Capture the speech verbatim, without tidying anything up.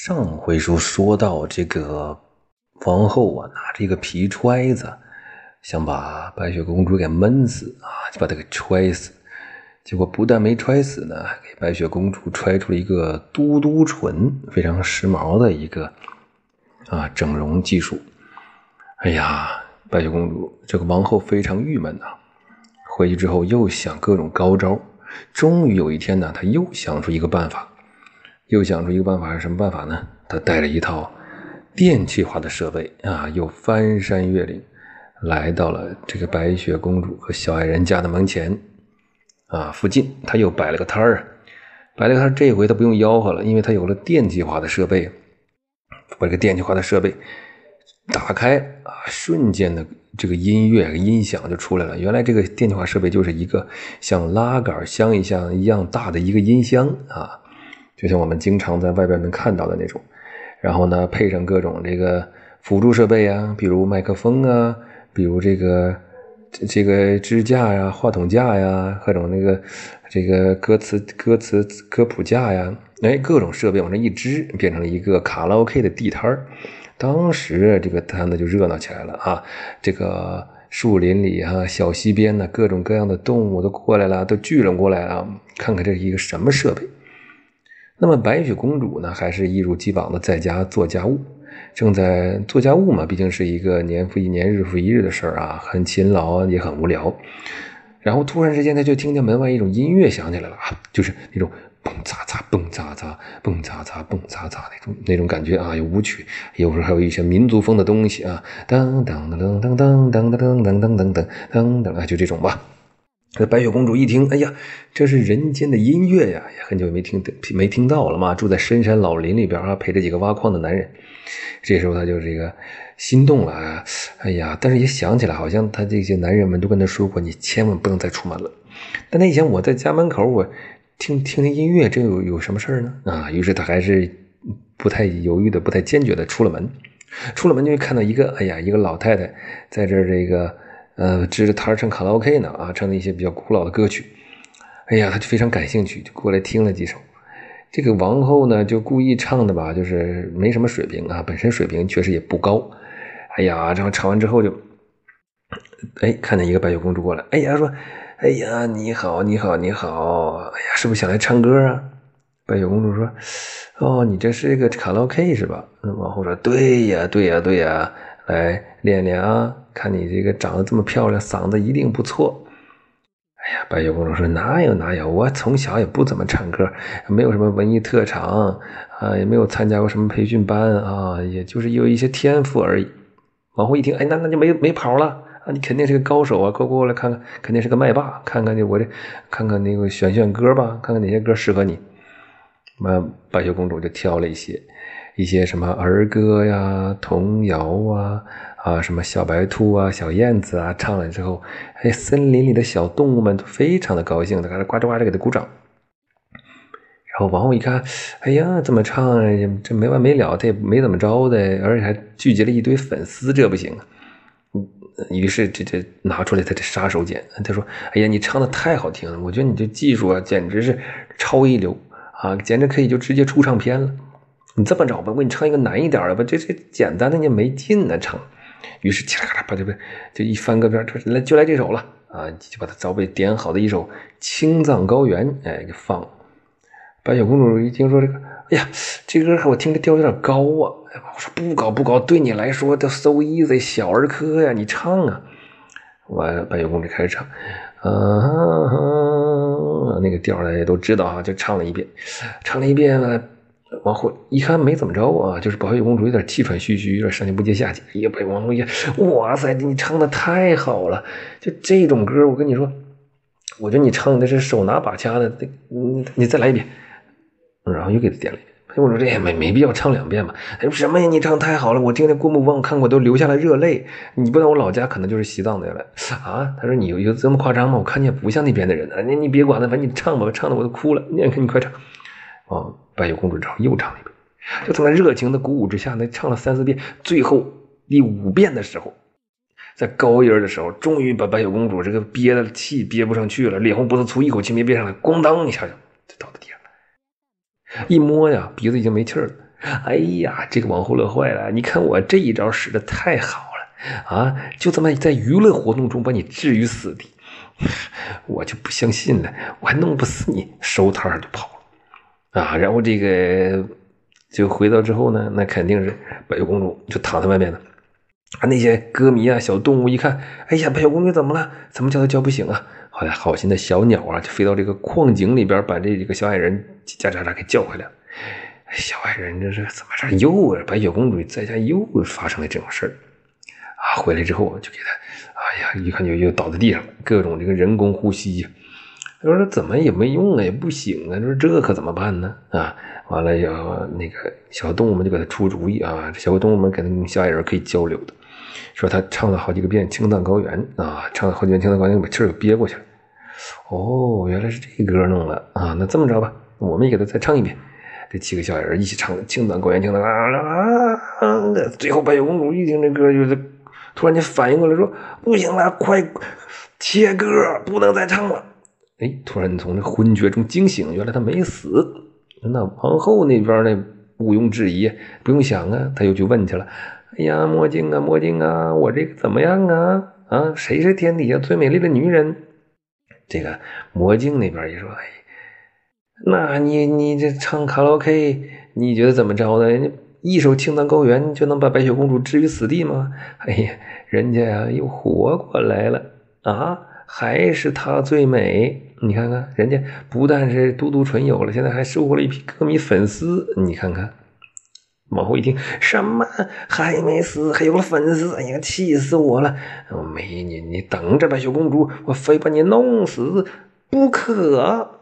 上回书说到这个王后啊，拿着一个皮揣子，想把白雪公主给闷死啊，就把她给揣死。结果不但没揣死呢，还给白雪公主揣出了一个嘟嘟唇，非常时髦的一个啊整容技术。哎呀，白雪公主这个王后非常郁闷啊，回去之后又想各种高招，终于有一天呢，她又想出一个办法。又想出一个办法，是什么办法呢？他带了一套电气化的设备啊，又翻山越岭，来到了这个白雪公主和小矮人家的门前啊附近。他又摆了个摊儿，摆了个摊儿，这回他不用吆喝了，因为他有了电气化的设备。把这个电气化的设备打开啊，瞬间的这个音乐音响就出来了。原来这个电气化设备就是一个像拉杆箱一样一样大的一个音箱啊。就像我们经常在外边能看到的那种，然后呢，配上各种这个辅助设备啊，比如麦克风啊，比如这个这个支架呀、话筒架呀，各种那个这个歌词歌词歌谱架呀，哎，各种设备往这一支，变成了一个卡拉 OK 的地摊儿。当时这个摊子就热闹起来了啊！这个树林里啊，小溪边呢，各种各样的动物都过来了，都聚拢过来了，看看这是一个什么设备。那么白雪公主呢，还是一如既往的在家做家务，正在做家务嘛，毕竟是一个年复一年日复一日的事儿啊，很勤劳也很无聊。然后突然之间，他就听见门外一种音乐响起来了啊，就是那种蹦嚓嚓蹦嚓嚓蹦嚓嚓蹦嚓嚓那种那种感觉啊，有舞曲，有时候还有一些民族风的东西啊，当当当当当当当当当当当当当当啊，就这种吧。这白雪公主一听，哎呀，这是人间的音乐呀！很久没听没听到了嘛，住在深山老林里边啊，陪着几个挖矿的男人。这时候她就这个心动了啊！哎呀，但是也想起来，好像他这些男人们都跟他说过，你千万不能再出门了。但那以前我在家门口，我听听听音乐，这有有什么事呢？啊，于是他还是不太犹豫的、不太坚决的出了门。出了门就看到一个，哎呀，一个老太太在这这个。呃，支着摊唱卡拉 OK 呢啊，唱的一些比较古老的歌曲。哎呀，他就非常感兴趣，就过来听了几首。这个王后呢，就故意唱的吧，就是没什么水平啊，本身水平确实也不高。哎呀，然后唱完之后就，哎，看见一个白雪公主过来，哎呀，说，哎呀，你好，你好，你好，哎呀，是不是想来唱歌啊？白雪公主说，哦，你这是一个卡拉 OK 是吧？那王后说，对呀，对呀，对呀，来练练啊。看你这个长得这么漂亮，嗓子一定不错。哎呀，白雪公主说，哪有哪有，我从小也不怎么唱歌，没有什么文艺特长啊，也没有参加过什么培训班啊，也就是有一些天赋而已。王后一听，哎，那那就没没跑了啊，你肯定是个高手啊，快过来看看，肯定是个麦霸，看看我这看看那个选选歌吧，看看哪些歌适合你。那白雪公主就挑了一些一些什么儿歌呀、童谣啊啊，什么小白兔啊、小燕子啊，唱了之后，哎，森林里的小动物们都非常的高兴，都开始呱吱呱吱给他鼓掌。然后王后一看，哎呀，这么唱这没完没了，他也没怎么着的，而且还聚集了一堆粉丝，这不行啊。于是这这拿出来他的杀手锏，他说，哎呀，你唱的太好听了，我觉得你这技术啊简直是超一流啊，简直可以就直接出唱片了。你这么着吧，我给你唱一个难一点的吧，这这简单的你没劲呢唱。于是叽啦嘎啦把这个就一翻个边，来就来这首了啊，就把他早被点好的一首《青藏高原》哎给放了。白雪公主一听说这个，哎呀，这歌我听着调有点高啊！我说不高不高，对你来说都 so easy 小儿科呀，你唱啊！我白雪公主开始唱，啊，那个调大家都知道啊，就唱了一遍，唱了一遍了。王后一看没怎么着啊，就是白雪公主有点气喘吁吁，有点上气不接下气。哎呀，白王后一看，哇塞，你唱的太好了！就这种歌，我跟你说，我觉得你唱的是手拿把掐的，你你再来一遍。然后又给他点了一遍。白雪公主这也没没必要唱两遍嘛。他说什么呀？你唱太好了，我听那过目不忘看过都流下了热泪。你不知道我老家可能就是西藏的来啊？他说你有有这么夸张吗？我看你也不像那边的人啊。你你别管了，反正你唱吧，唱的我都哭了。你你快唱。哦，白雪公主之后又唱了一遍，就在那热情的鼓舞之下，那唱了三四遍，最后第五遍的时候，在高音的时候，终于把白雪公主这个憋的气憋不上去了，脸红脖子粗，一口气没憋上来，咣当一下就倒在地上了。一摸呀，鼻子已经没气儿了， 哎呀，这个王后乐坏了！你看我这一招使的太好了啊！就这么在娱乐活动中把你置于死地，我就不相信了，我还弄不死你，收摊就跑了啊！然后这个就回到之后呢，那肯定是白雪公主就躺在外面了。啊，那些歌迷啊，小动物一看，哎呀，白雪公主怎么了？怎么叫都叫不醒啊？后来好心的小鸟啊，就飞到这个矿井里边，把这这个小矮人叽喳喳给叫回来了。小矮人这是怎么着？又白雪公主在家又发生了这种事儿啊！回来之后就给他，哎呀，一看就又倒在地上，各种这个人工呼吸。他说怎么也没用啊，也不醒啊，说这可怎么办呢？啊，完了要那个小动物们就给他出主意啊，这小动物们跟小矮人可以交流的，说他唱了好几个遍《青藏高原》啊，唱了好几遍《青藏高原》，把气儿给憋过去了。哦，原来是这歌弄了啊！那这么着吧，我们也给他再唱一遍。这七个小矮人一起唱《青藏高原》，青藏高原啊！最后白雪公主一听这歌，就是突然间反应过来说：“不行了，快切歌，不能再唱了。”哎，突然从这昏厥中惊醒，原来他没死。那王后那边那毋庸置疑，不用想啊，他又去问去了。哎呀，魔镜啊，魔镜啊，我这个怎么样啊？啊，谁是天底下最美丽的女人？这个魔镜那边也说，哎，那你你这唱卡拉 OK， 你觉得怎么着呢？一首《青藏高原》就能把白雪公主置于死地吗？哎呀，人家呀、啊、又活过来了啊！还是她最美，你看看，人家不但是嘟嘟唇有了，现在还收获了一批歌迷粉丝，你看看。王后一听，什么还没死，还有了粉丝，哎呀，气死我了！没你，你等着，白雪公主，我非把你弄死不可！